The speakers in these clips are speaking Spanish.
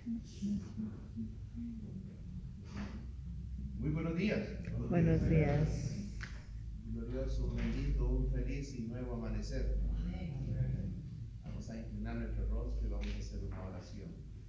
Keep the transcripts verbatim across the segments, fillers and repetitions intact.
Muy buenos días. Buenos días. Glorioso, un bendito, un feliz y nuevo amanecer. Vamos a inclinar nuestro rostro y vamos a hacer una oración.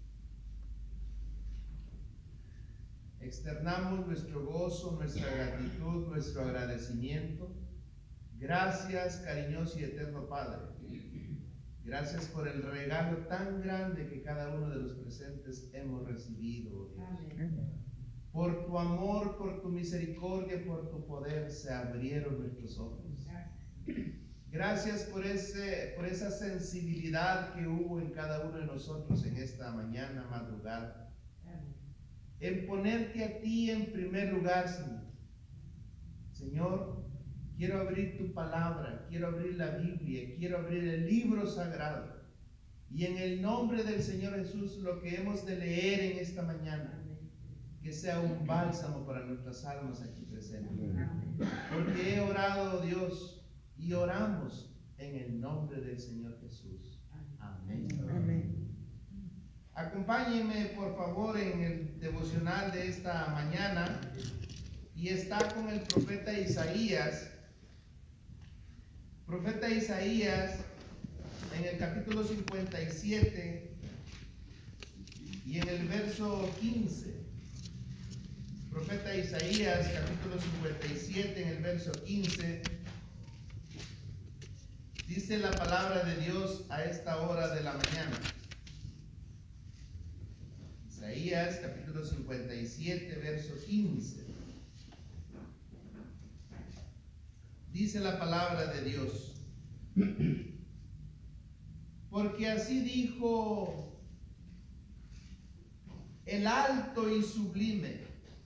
Externamos nuestro gozo, nuestra gratitud, nuestro agradecimiento. Gracias, cariñoso y eterno Padre. Gracias por el regalo tan grande que cada uno de los presentes hemos recibido, oh Dios. Amén. Por tu amor, por tu misericordia, por tu poder se abrieron nuestros ojos. Gracias por, ese, por esa sensibilidad que hubo en cada uno de nosotros en esta mañana, madrugada. En ponerte a ti en primer lugar, Señor. Señor, quiero abrir tu palabra, quiero abrir la Biblia, quiero abrir el libro sagrado. Y en el nombre del Señor Jesús, lo que hemos de leer en esta mañana, que sea un bálsamo para nuestras almas aquí presentes. Porque he orado, Dios, y oramos en el nombre del Señor Jesús. Amén. Amén. Acompáñenme, por favor, en el devocional de esta mañana, y está con el profeta Isaías. Profeta Isaías, en el capítulo cincuenta y siete y en el verso quince. Profeta Isaías, capítulo cincuenta y siete, en el verso quince, dice la palabra de Dios a esta hora de la mañana. Isaías, capítulo cincuenta y siete, verso quince. Dice la palabra de Dios: porque así dijo el alto y sublime,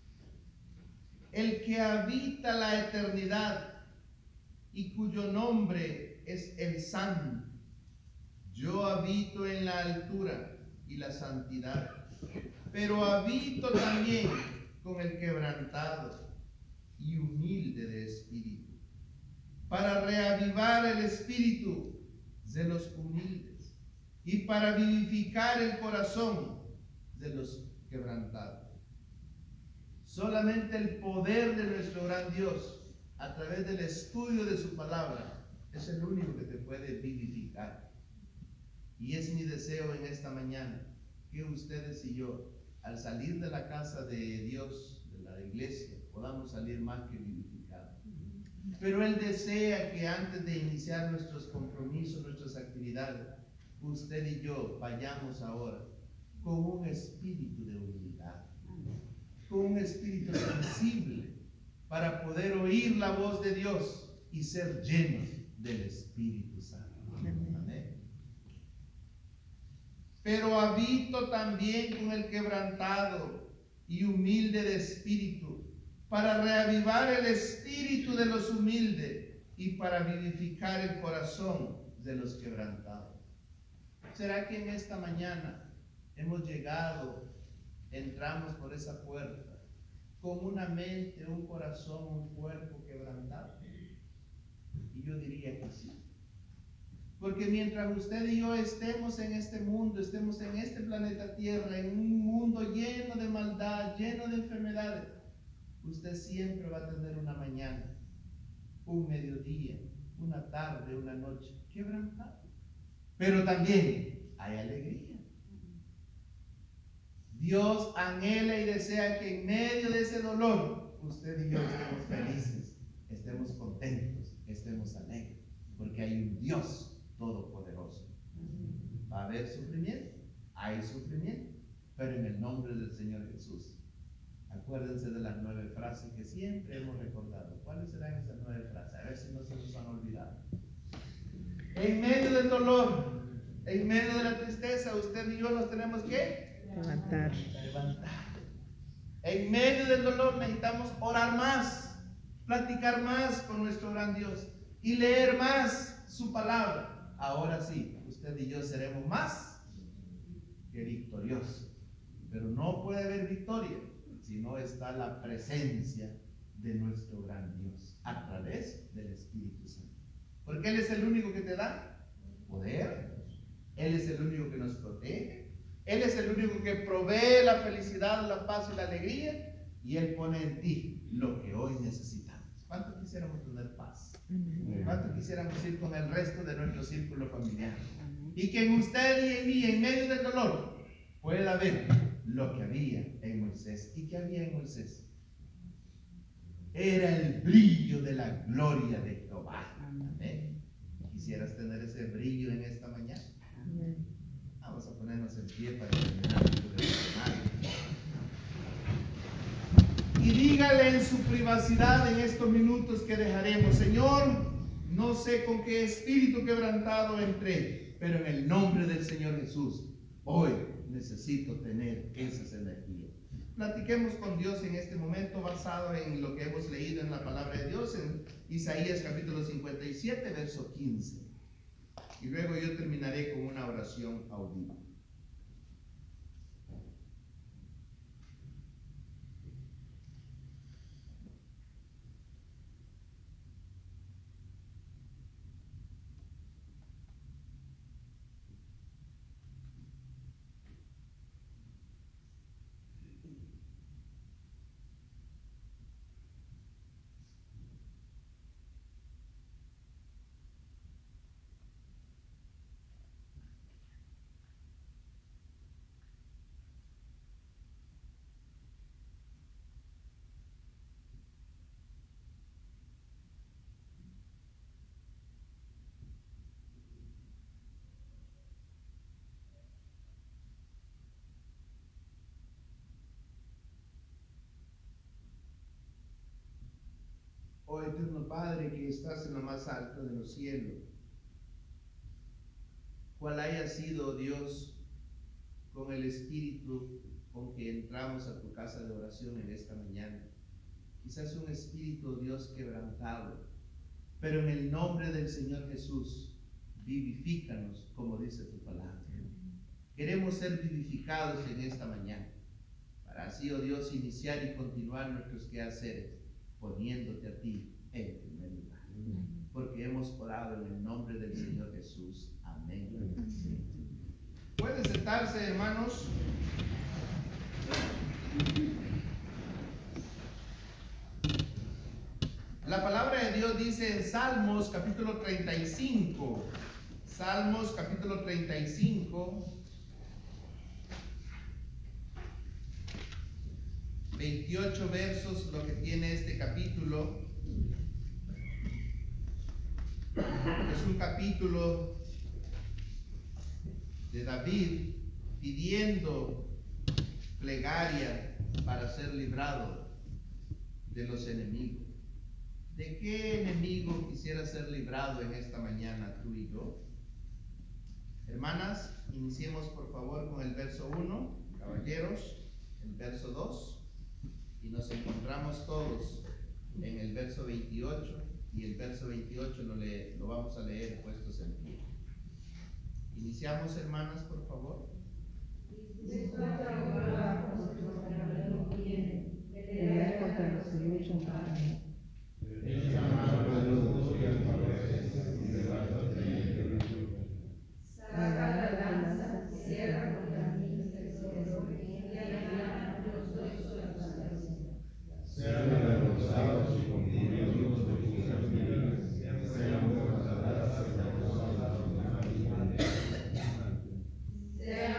el que habita la eternidad y cuyo nombre es el Santo. Yo habito en la altura y la santidad, pero habito también con el quebrantado y humilde de espíritu, para reavivar el espíritu de los humildes y para vivificar el corazón de los quebrantados. Solamente el poder de nuestro gran Dios, a través del estudio de su palabra, es el único que te puede vivificar. Y es mi deseo en esta mañana que ustedes y yo, al salir de la casa de Dios, de la iglesia, podamos salir más que vivificados. Pero Él desea que antes de iniciar nuestros compromisos, nuestras actividades, usted y yo vayamos ahora con un espíritu de humildad, con un espíritu sensible, para poder oír la voz de Dios y ser llenos del Espíritu Santo. Amén. Pero habito también con el quebrantado y humilde de espíritu, para reavivar el espíritu de los humildes y para vivificar el corazón de los quebrantados. ¿Será que en esta mañana hemos llegado, entramos por esa puerta con una mente, un corazón, un cuerpo quebrantado? Y yo diría que sí. Porque mientras usted y yo estemos en este mundo, estemos en este planeta Tierra, en un mundo lleno de maldad, lleno de enfermedades, usted siempre va a tener una mañana, un mediodía, una tarde, una noche quebrantada. Pero también hay alegría. Dios anhela y desea que en medio de ese dolor usted y yo estemos felices, estemos contentos, estemos alegres, porque hay un Dios todopoderoso. ¿Va a haber sufrimiento? Hay sufrimiento, pero en el nombre del Señor Jesús. Acuérdense de las nueve frases que siempre hemos recordado. ¿Cuáles serán esas nueve frases? A ver si no se nos han olvidado. En medio del dolor, en medio de la tristeza, usted y yo nos tenemos que Levantar. levantar. En medio del dolor necesitamos orar más, platicar más con nuestro gran Dios y leer más su palabra. Ahora sí, usted y yo seremos más que victoriosos. Pero no puede haber victoria si no está la presencia de nuestro gran Dios a través del Espíritu Santo. Porque Él es el único que te da poder, Él es el único que nos protege, Él es el único que provee la felicidad, la paz y la alegría, y Él pone en ti lo que hoy necesitamos. ¿Cuánto quisiéramos tener paz? ¿Cuánto quisiéramos ir con el resto de nuestro círculo familiar? Y que en usted y en mí, en medio del dolor, pueda ver lo que había en Moisés. ¿Y qué había en Moisés? Era el brillo de la gloria de Jehová. Amén. ¿Quisieras tener ese brillo en esta mañana? Amén. Vamos a ponernos en pie para terminar nuestro devocional. Y dígale en su privacidad en estos minutos que dejaremos: Señor, no sé con qué espíritu quebrantado entré, pero en el nombre del Señor Jesús, hoy necesito tener esas energías. Platiquemos con Dios en este momento basado en lo que hemos leído en la palabra de Dios en Isaías capítulo cincuenta y siete, verso quince. Y luego yo terminaré con una oración audible. Oh eterno Padre, que estás en lo más alto de los cielos, cuál haya sido, Dios, con el espíritu con que entramos a tu casa de oración en esta mañana. Quizás un espíritu, Dios, quebrantado, pero en el nombre del Señor Jesús, vivifícanos, como dice tu palabra. Queremos ser vivificados en esta mañana, para así, oh Dios, iniciar y continuar nuestros quehaceres, poniéndote a ti en primer lugar. Porque hemos orado en el nombre del Señor Jesús. Amén. Pueden sentarse, hermanos. La palabra de Dios dice en Salmos capítulo treinta y cinco, Salmos capítulo treinta y cinco, veintiocho versos, lo que tiene este capítulo. Es un capítulo de David pidiendo plegaria para ser librado de los enemigos. ¿De qué enemigo quisiera ser librado en esta mañana tú y yo? Hermanas, iniciemos por favor con el verso uno, caballeros, el verso dos, y nos encontramos todos en el verso veintiocho, y el verso veintiocho lo, le, lo vamos a leer puestos en pie. Iniciamos, hermanas, por favor. Pelear contra los que luchan para mí. Cierra contra mí mis tesoros, sean avergonzados y confundidos de tus caminos, sean guardadas y avergonzadas de mi vida. Sean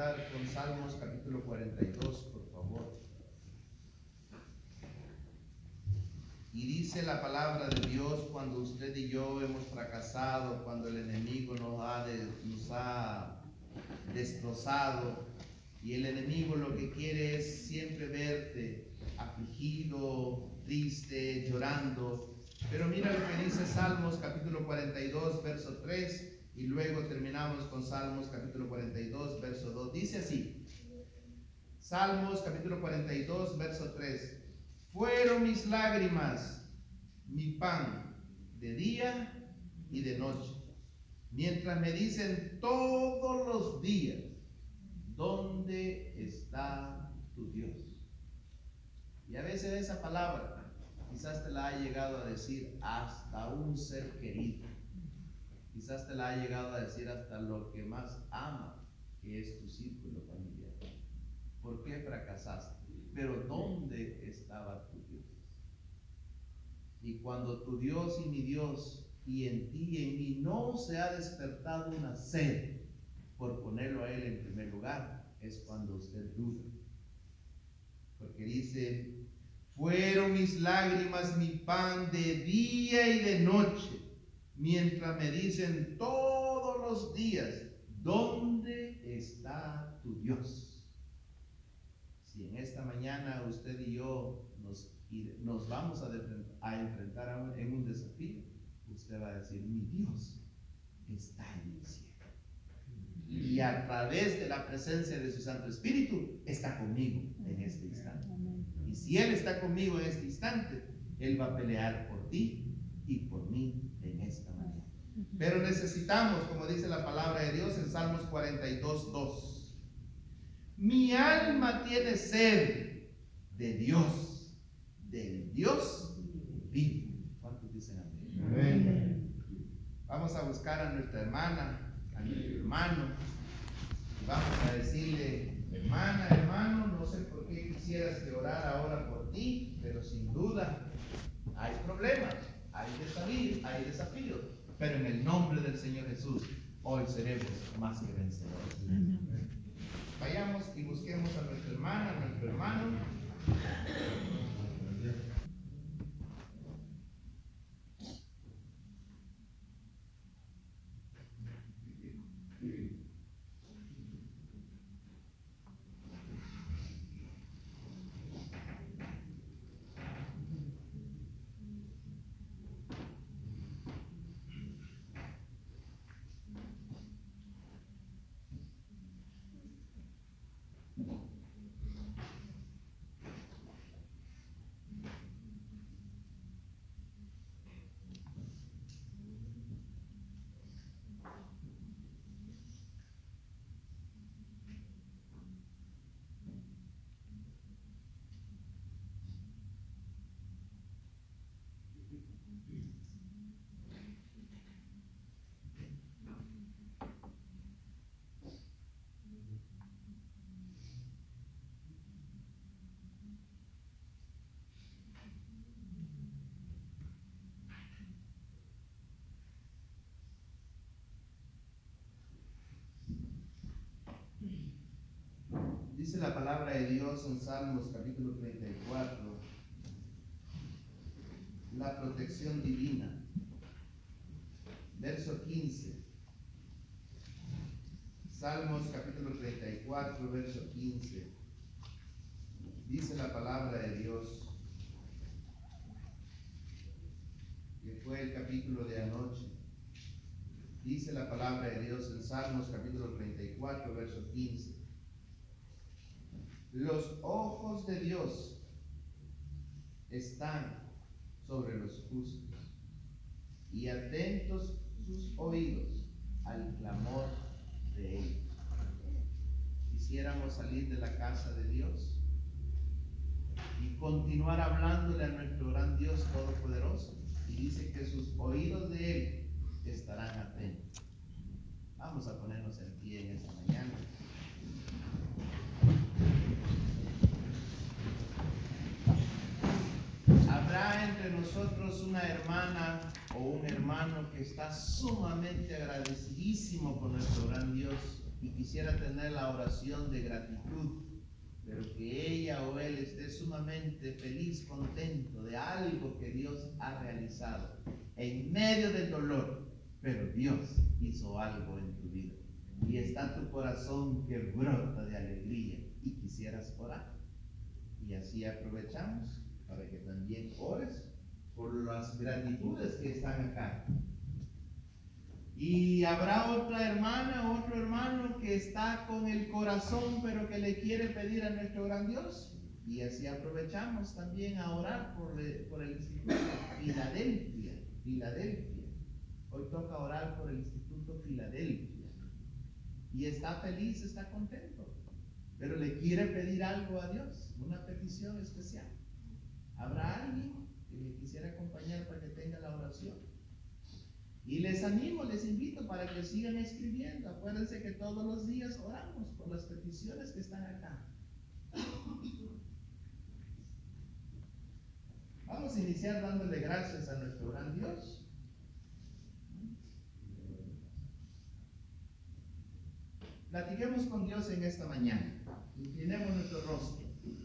buscar con Salmos capítulo cuarenta y dos, por favor. Y dice la palabra de Dios, cuando usted y yo hemos fracasado, cuando el enemigo nos ha, de, nos ha destrozado, y el enemigo lo que quiere es siempre verte afligido, triste, llorando. Pero mira lo que dice Salmos capítulo cuarenta y dos, verso tres, y luego terminamos con Salmos capítulo cuarenta y dos, verso dos. Dice así, Salmos capítulo cuarenta y dos, verso tres. Fueron mis lágrimas mi pan de día y de noche, mientras me dicen todos los días, ¿dónde está tu Dios? Y a veces esa palabra quizás te la ha llegado a decir hasta un ser querido, quizás te la ha llegado a decir hasta lo que más ama, que es tu círculo familiar. ¿Por qué fracasaste? Pero ¿dónde estaba tu Dios? Y cuando tu Dios y mi Dios, y en ti y en mí, no se ha despertado una sed por ponerlo a Él en primer lugar, es cuando usted duda. Porque dice, fueron mis lágrimas mi pan de día y de noche, mientras me dicen todos los días, ¿dónde está tu Dios? Si en esta mañana usted y yo nos, nos vamos a, a enfrentar a un, en un desafío, usted va a decir, mi Dios está en el cielo. Y a través de la presencia de su Santo Espíritu, está conmigo en este instante. Y si Él está conmigo en este instante, Él va a pelear por ti y por mí en esta mañana. Pero necesitamos, como dice la palabra de Dios en Salmos cuarenta y dos, dos. Mi alma tiene sed de Dios, del Dios vivo. ¿Cuántos dicen amén? Amén. Vamos a buscar a nuestra hermana, a nuestro hermano, y vamos a decirle, hermana, hermano, no sé por qué quisieras que orara ahora por ti, pero sin duda hay problemas, hay desafíos, hay desafíos, pero en el nombre del Señor Jesús, hoy seremos más que vencedores. Amén. Vayamos y busquemos a nuestra hermana, a nuestro hermano. Dice la palabra de Dios en Salmos capítulo treinta y cuatro, la protección divina. Verso quince. Salmos capítulo treinta y cuatro, verso quince. Dice la palabra de Dios, que fue el capítulo de anoche. Dice la palabra de Dios en Salmos capítulo treinta y cuatro, verso quince. Los ojos de Dios están sobre los justos y atentos sus oídos al clamor de ellos. Quisiéramos salir de la casa de Dios y continuar hablándole a nuestro gran Dios todopoderoso. Y dice que sus oídos de Él estarán atentos. Vamos a ponernos en pie en esta mañana. Habrá entre nosotros una hermana o un hermano que está sumamente agradecidísimo con nuestro gran Dios y quisiera tener la oración de gratitud, pero que ella o él esté sumamente feliz, contento de algo que Dios ha realizado en medio del dolor, pero Dios hizo algo en tu vida y está tu corazón que brota de alegría y quisieras orar. Y así aprovechamos para que también ores por las gratitudes que están acá. Y habrá otra hermana, otro hermano que está con el corazón, pero que le quiere pedir a nuestro gran Dios. Y así aprovechamos también a orar por el, por el Instituto Filadelfia. Filadelfia. Hoy toca orar por el Instituto Filadelfia. Y está feliz, está contento, pero le quiere pedir algo a Dios, una petición especial. ¿Habrá alguien que le quisiera acompañar para que tenga la oración? Y les animo, les invito para que sigan escribiendo. Acuérdense que todos los días oramos por las peticiones que están acá. Vamos a iniciar dándole gracias a nuestro gran Dios. Platiquemos con Dios en esta mañana. Inclinemos nuestro rostro.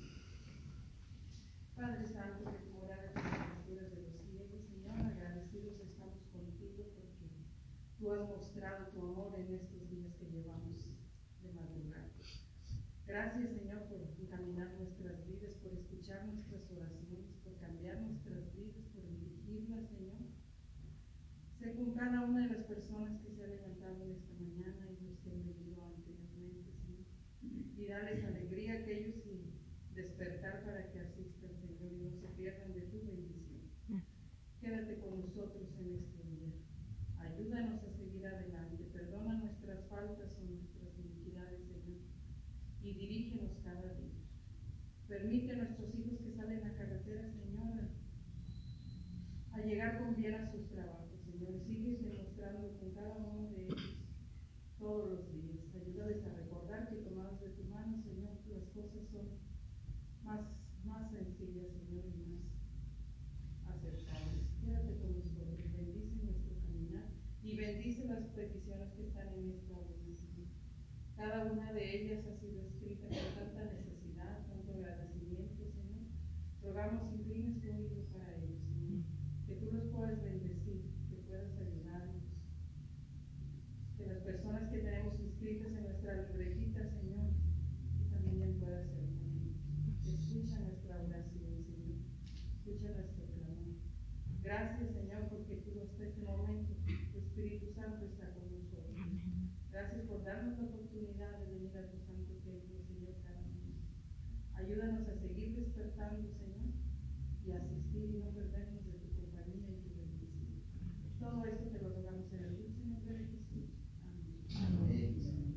Padre Santo, que moras en las alturas de los cielos, Señor, agradecidos estamos contigo porque tú has mostrado tu amor en estos días que llevamos de madrugada. Gracias, Señor, por encaminar nuestras vidas, por escuchar nuestras oraciones, por cambiar nuestras vidas, por dirigirlas, Señor. Sé con cada una de las personas que se han levantado en esta mañana y los que han venido anteriormente, Señor. Y dales alegría a aquellos y despertar para que asistan, Señor, y no se pierdan de tu bendición. Quédate con nosotros en este día. Ayúdanos a seguir adelante. Perdona nuestras faltas o nuestras iniquidades, Señor, y dirígenos cada día. Permite a nuestros hijos que salen a carretera, Señor, a llegar con bien a sus trabajos, Señor. Sigues demostrando con cada uno de ellos todos los días. Ayúdales a recordar que tomados de tu mano, Señor, las cosas son más, más sencillas, Señor, y más aceptables. Quédate con nosotros, bendice nuestro caminar y bendice las peticiones que están en esta hora, Señor. Cada una de ellas ha sido escrita con tanta necesidad, tanto agradecimiento, Señor. Rogamos inclines tu oído para ellos, Señor, que tú los puedas bendecir, que puedas ayudarnos, que las personas que tenemos inscritas en nuestra libretita, Señor, tú también puedas ser con ellos. Escucha nuestra oración, Señor, escucha nuestro clamor. Gracias, Señor, porque tú hasta este momento, tu Espíritu Santo está con nosotros. Gracias por darnos la oportunidad de venir a tu santo templo, Señor, cada día. Ayúdanos a seguir despertando, Señor, y a asistir y no perdernos de tu compañía y tu bendición. Todo esto te lo rogamos en el dulce nombre de Jesús. Amén. Amén.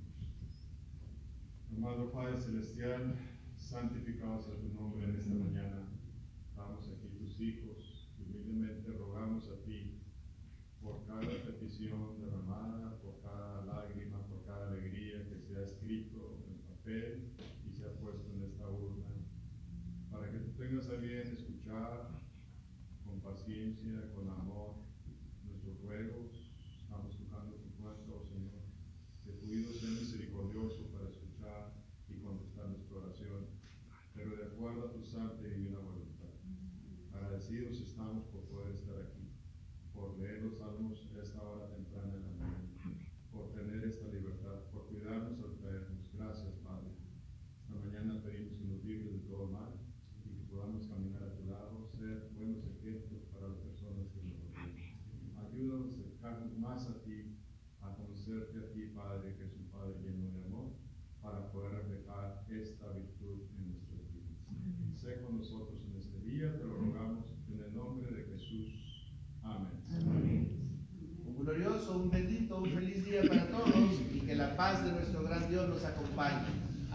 Amado Padre Celestial, santificado sea tu nombre en esta mañana. Estamos aquí tus hijos y humildemente rogamos a ti por cada petición derramada, por cada lágrima, por cada alegría que se ha escrito en papel y se ha puesto en esta urna, para que tú tengas a bien escuchar con paciencia, con amor nuestros ruegos. Estamos tocando tu puerta, oh Señor, que tu oído sea misericordioso para escuchar y contestar nuestra oración, pero de acuerdo a tu santa y divina voluntad. Agradecidos estamos por poder estar aquí, por leer los salmos a esta hora temprana de la mañana, por tener esta libertad, por cuidarnos al traernos. Gracias, Padre. Esta mañana pedimos que nos libres de todo mal y que podamos caminar a tu lado, ser buenos ejemplos para las personas que nos rodean. Ayúdanos a acercarnos más a ti, a conocerte a ti, Padre, que es un Padre lleno de amor, para poder reflejar esta virtud en nuestras vidas. Sé con nosotros en este día, te lo rogamos en el nombre de Jesús. Amén.